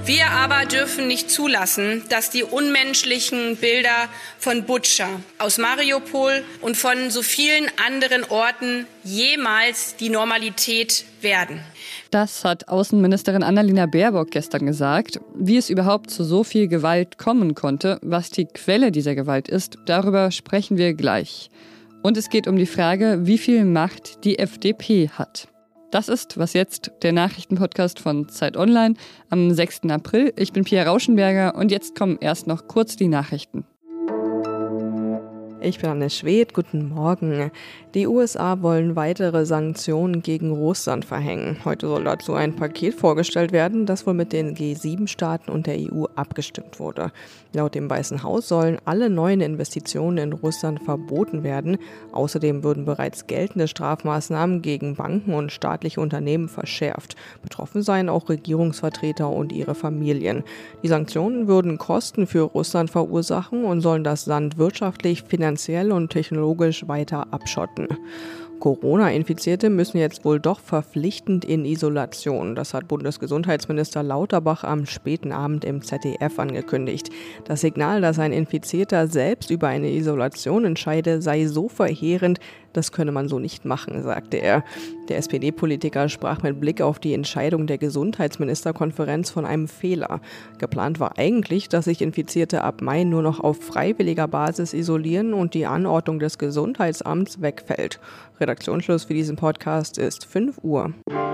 Wir aber dürfen nicht zulassen, dass die unmenschlichen Bilder von Butscha, aus Mariupol und von so vielen anderen Orten jemals die Normalität werden. Das hat Außenministerin Annalena Baerbock gestern gesagt. Wie es überhaupt zu so viel Gewalt kommen konnte, was die Quelle dieser Gewalt ist, darüber sprechen wir gleich. Und es geht um die Frage, wie viel Macht die FDP hat. Das ist Was jetzt, der Nachrichtenpodcast von Zeit Online am 6. April. Ich bin Pia Rauschenberger und jetzt kommen erst noch kurz die Nachrichten. Ich bin Anne Schwedt, guten Morgen. Die USA wollen weitere Sanktionen gegen Russland verhängen. Heute soll dazu ein Paket vorgestellt werden, das wohl mit den G7-Staaten und der EU abgestimmt wurde. Laut dem Weißen Haus sollen alle neuen Investitionen in Russland verboten werden. Außerdem würden bereits geltende Strafmaßnahmen gegen Banken und staatliche Unternehmen verschärft. Betroffen seien auch Regierungsvertreter und ihre Familien. Die Sanktionen würden Kosten für Russland verursachen und sollen das Land wirtschaftlich, finanziell und technologisch weiter abschotten. Corona-Infizierte müssen jetzt wohl doch verpflichtend in Isolation. Das hat Bundesgesundheitsminister Lauterbach am späten Abend im ZDF angekündigt. Das Signal, dass ein Infizierter selbst über eine Isolation entscheide, sei so verheerend, das könne man so nicht machen, sagte er. Der SPD-Politiker sprach mit Blick auf die Entscheidung der Gesundheitsministerkonferenz von einem Fehler. Geplant war eigentlich, dass sich Infizierte ab Mai nur noch auf freiwilliger Basis isolieren und die Anordnung des Gesundheitsamts wegfällt. Redaktionsschluss für diesen Podcast ist 5 Uhr.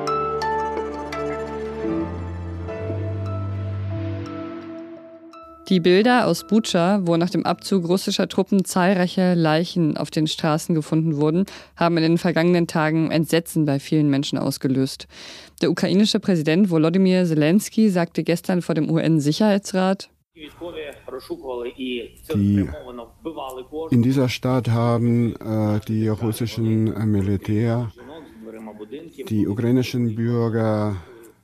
Die Bilder aus Butscha, wo nach dem Abzug russischer Truppen zahlreiche Leichen auf den Straßen gefunden wurden, haben in den vergangenen Tagen Entsetzen bei vielen Menschen ausgelöst. Der ukrainische Präsident Volodymyr Zelensky sagte gestern vor dem UN-Sicherheitsrat: In dieser Stadt haben die russischen Militär die ukrainischen Bürger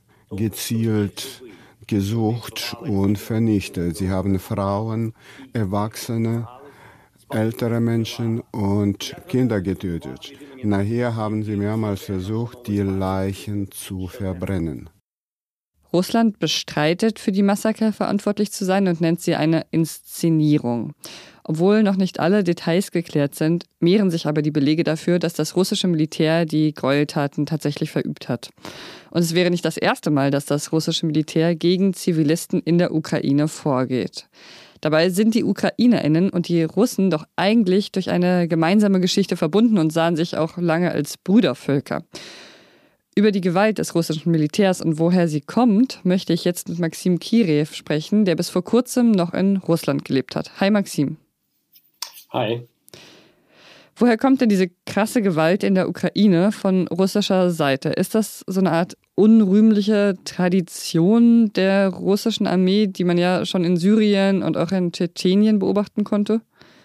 gezielt gesucht und vernichtet. Sie haben Frauen, Erwachsene, ältere Menschen und Kinder getötet. Nachher haben sie mehrmals versucht, die Leichen zu verbrennen. Russland bestreitet, für die Massaker verantwortlich zu sein und nennt sie eine Inszenierung. Obwohl noch nicht alle Details geklärt sind, mehren sich aber die Belege dafür, dass das russische Militär die Gräueltaten tatsächlich verübt hat. Und es wäre nicht das erste Mal, dass das russische Militär gegen Zivilisten in der Ukraine vorgeht. Dabei sind die UkrainerInnen und die Russen doch eigentlich durch eine gemeinsame Geschichte verbunden und sahen sich auch lange als Brüdervölker. Über die Gewalt des russischen Militärs und woher sie kommt, möchte ich jetzt mit Maxim Kireev sprechen, der bis vor kurzem noch in Russland gelebt hat. Hi Maxim. Hi. Woher kommt denn diese krasse Gewalt in der Ukraine von russischer Seite? Ist das so eine Art unrühmliche Tradition der russischen Armee, die man ja schon in Syrien und auch in Tschetschenien beobachten konnte?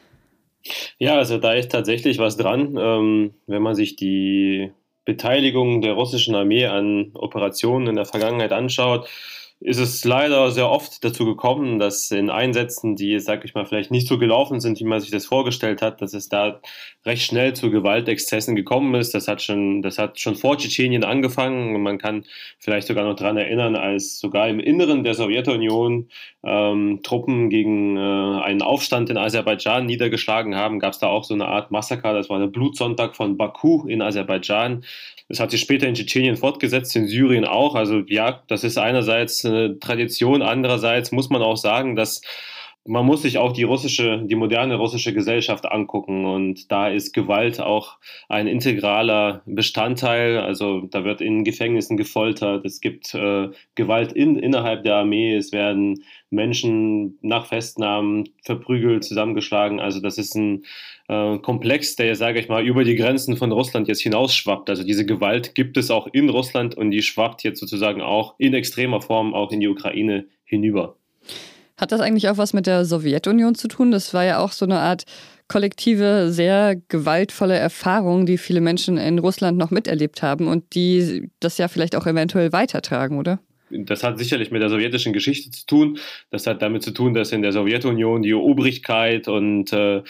Ja, also da ist tatsächlich was dran, wenn man sich die Beteiligung der russischen Armee an Operationen in der Vergangenheit anschaut, ist es leider sehr oft dazu gekommen, dass in Einsätzen, die, sag ich mal, vielleicht nicht so gelaufen sind, wie man sich das vorgestellt hat, dass es da recht schnell zu Gewaltexzessen gekommen ist. Das hat schon vor Tschetschenien angefangen. Man kann vielleicht sogar noch daran erinnern, als sogar im Inneren der Sowjetunion Truppen gegen einen Aufstand in Aserbaidschan niedergeschlagen haben, gab es da auch so eine Art Massaker. Das war der Blutsonntag von Baku in Aserbaidschan. Das hat sich später in Tschetschenien fortgesetzt, in Syrien auch. Also ja, das ist einerseits eine Tradition, andererseits muss man auch sagen, dass man muss sich auch die moderne russische Gesellschaft angucken, und da ist Gewalt auch ein integraler Bestandteil. Also da wird in Gefängnissen gefoltert, es gibt Gewalt innerhalb der Armee, es werden Menschen nach Festnahmen verprügelt, zusammengeschlagen. Also das ist ein Komplex, der, sage ich mal, über die Grenzen von Russland jetzt hinausschwappt. Also diese Gewalt gibt es auch in Russland und die schwappt jetzt sozusagen auch in extremer Form auch in die Ukraine hinüber. Hat das eigentlich auch was mit der Sowjetunion zu tun? Das war ja auch so eine Art kollektive, sehr gewaltvolle Erfahrung, die viele Menschen in Russland noch miterlebt haben und die das ja vielleicht auch eventuell weitertragen, oder? das hat sicherlich mit der sowjetischen Geschichte zu tun. Das hat damit zu tun, dass in der Sowjetunion die Obrigkeit und alle,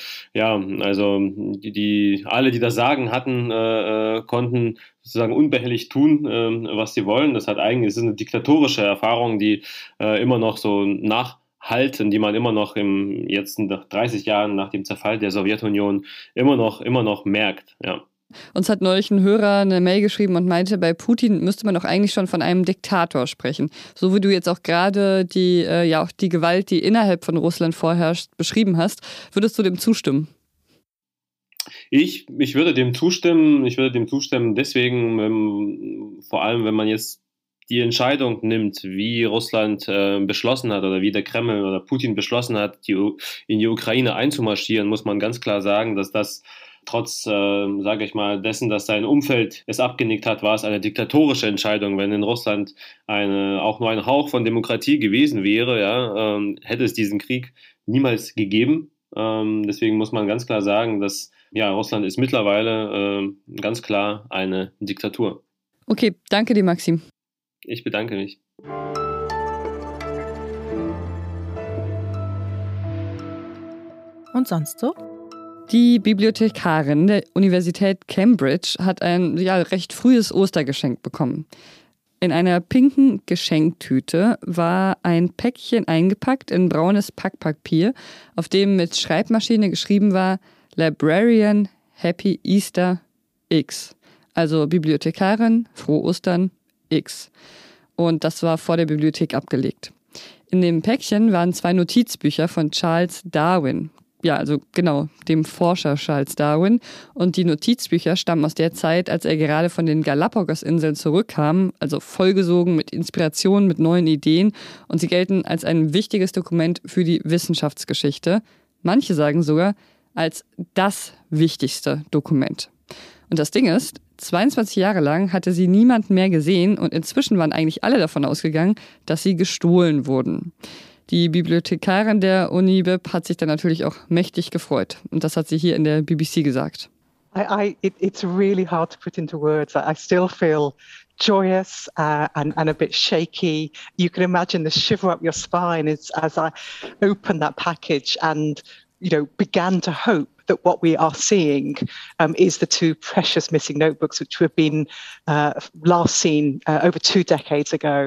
die das Sagen hatten, konnten sozusagen unbehelligt tun, was sie wollen. Es ist eine diktatorische Erfahrung, die immer noch so nachhalten, die man immer noch jetzt nach 30 Jahren nach dem Zerfall der Sowjetunion immer noch merkt, ja. Uns hat neulich ein Hörer eine Mail geschrieben und meinte, bei Putin müsste man doch eigentlich schon von einem Diktator sprechen. So wie du jetzt auch gerade die Gewalt, die innerhalb von Russland vorherrscht, beschrieben hast. Würdest du dem zustimmen? Ich würde dem zustimmen. Deswegen, vor allem, wenn man jetzt die Entscheidung nimmt, wie Russland beschlossen hat oder wie der Kreml oder Putin beschlossen hat, in die Ukraine einzumarschieren, muss man ganz klar sagen, dass das trotz, dessen, dass sein Umfeld es abgenickt hat, war es eine diktatorische Entscheidung. Wenn in Russland auch nur ein Hauch von Demokratie gewesen wäre, hätte es diesen Krieg niemals gegeben. Deswegen muss man ganz klar sagen, dass Russland ist mittlerweile ganz klar eine Diktatur. Okay, danke dir, Maxim. Ich bedanke mich. Und sonst so? Die Bibliothekarin der Universität Cambridge hat ein recht frühes Ostergeschenk bekommen. In einer pinken Geschenktüte war ein Päckchen eingepackt in braunes Packpapier, auf dem mit Schreibmaschine geschrieben war Librarian Happy Easter X. Also Bibliothekarin, Frohe Ostern X. Und das war vor der Bibliothek abgelegt. In dem Päckchen waren 2 Notizbücher von Charles Darwin. Ja, also genau, dem Forscher Charles Darwin. Und die Notizbücher stammen aus der Zeit, als er gerade von den Galapagos-Inseln zurückkam, also vollgesogen mit Inspiration, mit neuen Ideen. Und sie gelten als ein wichtiges Dokument für die Wissenschaftsgeschichte. Manche sagen sogar als das wichtigste Dokument. Und das Ding ist, 22 Jahre lang hatte sie niemanden mehr gesehen und inzwischen waren eigentlich alle davon ausgegangen, dass sie gestohlen wurden. Die Bibliothekarin der Uni BIP hat sich dann natürlich auch mächtig gefreut. Und das hat sie hier in der BBC gesagt. It's really hard to put into words. I still feel joyous and a bit shaky. You can imagine the shiver up your spine as I opened that package and, began to hope that what we are seeing is the 2 precious missing notebooks which have been last seen over 2 decades ago.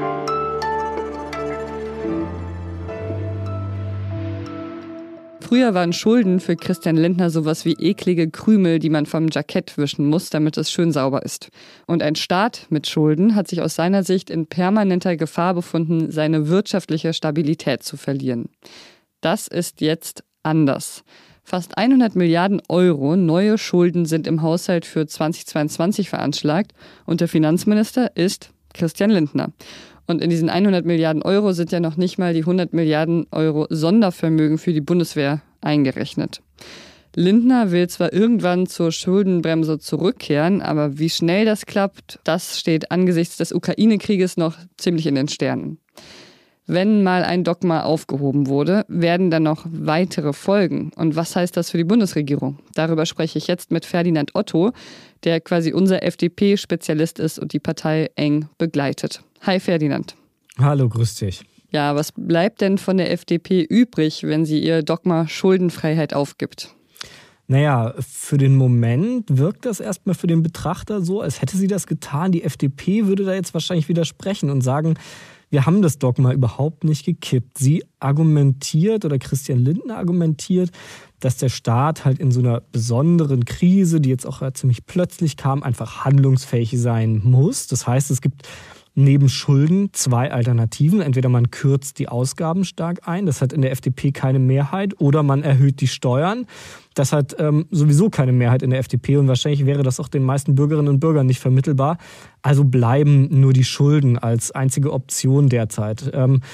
Früher waren Schulden für Christian Lindner sowas wie eklige Krümel, die man vom Jackett wischen muss, damit es schön sauber ist. Und ein Staat mit Schulden hat sich aus seiner Sicht in permanenter Gefahr befunden, seine wirtschaftliche Stabilität zu verlieren. Das ist jetzt anders. Fast 100 Milliarden Euro neue Schulden sind im Haushalt für 2022 veranschlagt und der Finanzminister ist Christian Lindner. Und in diesen 100 Milliarden Euro sind ja noch nicht mal die 100 Milliarden Euro Sondervermögen für die Bundeswehr eingerechnet. Lindner will zwar irgendwann zur Schuldenbremse zurückkehren, aber wie schnell das klappt, das steht angesichts des Ukraine-Krieges noch ziemlich in den Sternen. Wenn mal ein Dogma aufgehoben wurde, werden dann noch weitere folgen. Und was heißt das für die Bundesregierung? Darüber spreche ich jetzt mit Ferdinand Otto, der quasi unser FDP-Spezialist ist und die Partei eng begleitet. Hi Ferdinand. Hallo, grüß dich. Ja, was bleibt denn von der FDP übrig, wenn sie ihr Dogma Schuldenfreiheit aufgibt? Naja, für den Moment wirkt das erstmal für den Betrachter so, als hätte sie das getan. Die FDP würde da jetzt wahrscheinlich widersprechen und sagen, wir haben das Dogma überhaupt nicht gekippt. Sie argumentiert oder Christian Lindner argumentiert, dass der Staat halt in so einer besonderen Krise, die jetzt auch ziemlich plötzlich kam, einfach handlungsfähig sein muss. Das heißt, es gibt neben Schulden 2 Alternativen. Entweder man kürzt die Ausgaben stark ein, das hat in der FDP keine Mehrheit, oder man erhöht die Steuern. Das hat sowieso keine Mehrheit in der FDP und wahrscheinlich wäre das auch den meisten Bürgerinnen und Bürgern nicht vermittelbar. Also bleiben nur die Schulden als einzige Option derzeit.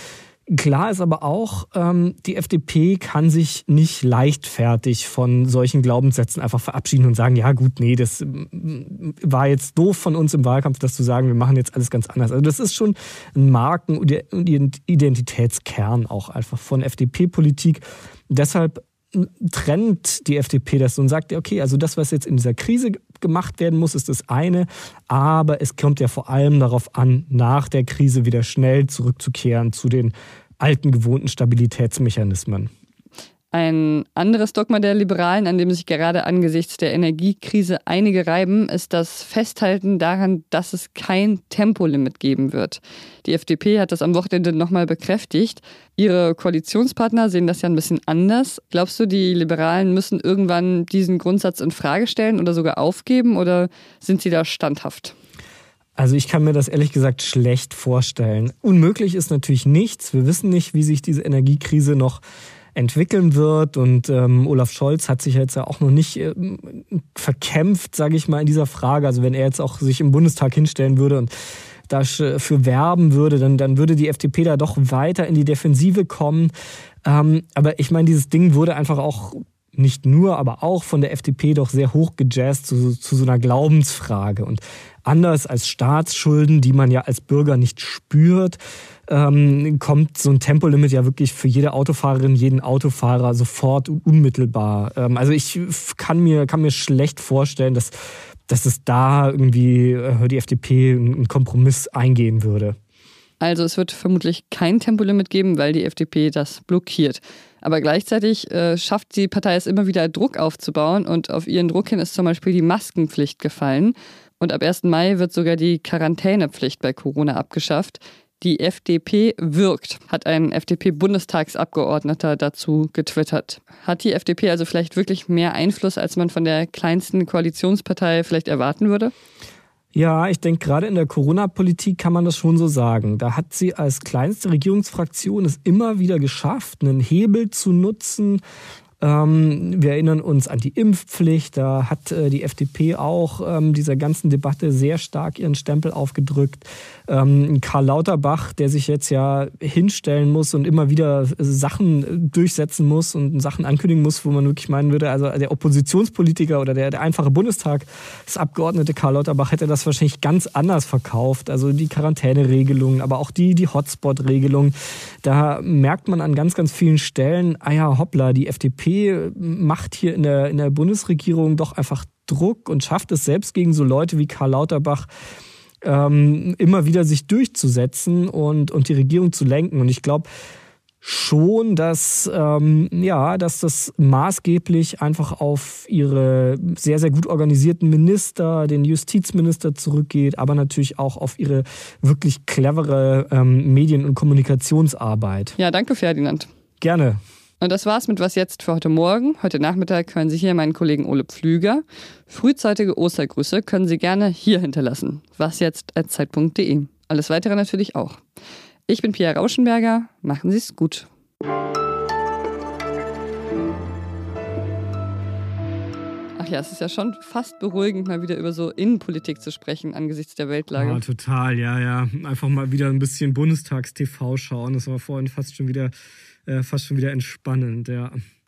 Klar ist aber auch, die FDP kann sich nicht leichtfertig von solchen Glaubenssätzen einfach verabschieden und sagen, ja gut, nee, das war jetzt doof von uns im Wahlkampf, das zu sagen, wir machen jetzt alles ganz anders. Also das ist schon ein Marken- und Identitätskern auch einfach von FDP-Politik. Deshalb trennt die FDP das und sagt, okay, also das, was jetzt in dieser Krise gemacht werden muss, ist das eine, aber es kommt ja vor allem darauf an, nach der Krise wieder schnell zurückzukehren zu den alten, gewohnten Stabilitätsmechanismen. Ein anderes Dogma der Liberalen, an dem sich gerade angesichts der Energiekrise einige reiben, ist das Festhalten daran, dass es kein Tempolimit geben wird. Die FDP hat das am Wochenende nochmal bekräftigt. Ihre Koalitionspartner sehen das ja ein bisschen anders. Glaubst du, die Liberalen müssen irgendwann diesen Grundsatz in Frage stellen oder sogar aufgeben, oder sind sie da standhaft? Also ich kann mir das ehrlich gesagt schlecht vorstellen. Unmöglich ist natürlich nichts. Wir wissen nicht, wie sich diese Energiekrise noch entwickeln wird, und Olaf Scholz hat sich jetzt ja auch noch nicht verkämpft, sage ich mal, in dieser Frage. Also wenn er jetzt auch sich im Bundestag hinstellen würde und dafür werben würde, dann würde die FDP da doch weiter in die Defensive kommen. Aber ich meine, dieses Ding wurde einfach auch nicht nur, aber auch von der FDP doch sehr hoch gejazzt zu so einer Glaubensfrage. Und anders als Staatsschulden, die man ja als Bürger nicht spürt, kommt so ein Tempolimit ja wirklich für jede Autofahrerin, jeden Autofahrer sofort und unmittelbar. Also ich kann mir schlecht vorstellen, dass es da irgendwie die FDP einen Kompromiss eingehen würde. Also es wird vermutlich kein Tempolimit geben, weil die FDP das blockiert. Aber gleichzeitig schafft die Partei es immer wieder, Druck aufzubauen, und auf ihren Druck hin ist zum Beispiel die Maskenpflicht gefallen. Und ab 1. Mai wird sogar die Quarantänepflicht bei Corona abgeschafft. Die FDP wirkt, hat ein FDP-Bundestagsabgeordneter dazu getwittert. Hat die FDP also vielleicht wirklich mehr Einfluss, als man von der kleinsten Koalitionspartei vielleicht erwarten würde? Ja, ich denke, gerade in der Corona-Politik kann man das schon so sagen. Da hat sie als kleinste Regierungsfraktion es immer wieder geschafft, einen Hebel zu nutzen. Wir erinnern uns an die Impfpflicht. Da hat die FDP auch dieser ganzen Debatte sehr stark ihren Stempel aufgedrückt. Karl Lauterbach, der sich jetzt ja hinstellen muss und immer wieder Sachen durchsetzen muss und Sachen ankündigen muss, wo man wirklich meinen würde, also der Oppositionspolitiker oder der einfache Bundestagsabgeordnete Karl Lauterbach hätte das wahrscheinlich ganz anders verkauft. Also die Quarantäneregelungen, aber auch die Hotspot-Regelung. Da merkt man an ganz, ganz vielen Stellen, hoppla, die FDP macht hier in der Bundesregierung doch einfach Druck und schafft es selbst gegen so Leute wie Karl Lauterbach immer wieder sich durchzusetzen und die Regierung zu lenken. Und ich glaube schon, dass das maßgeblich einfach auf ihre sehr, sehr gut organisierten Minister, den Justizminister zurückgeht, aber natürlich auch auf ihre wirklich clevere Medien- und Kommunikationsarbeit. Ja, danke Ferdinand. Gerne. Und das war's mit Was jetzt für heute Morgen. Heute Nachmittag hören Sie hier meinen Kollegen Ole Pflüger. Frühzeitige Ostergrüße können Sie gerne hier hinterlassen. wasjetzt@zeit.de. Alles weitere natürlich auch. Ich bin Pia Rauschenberger. Machen Sie es gut. Ach ja, es ist ja schon fast beruhigend, mal wieder über so Innenpolitik zu sprechen angesichts der Weltlage. Ja, total, ja. Einfach mal wieder ein bisschen Bundestagstv schauen. Das war vorhin fast schon wieder entspannend, ja.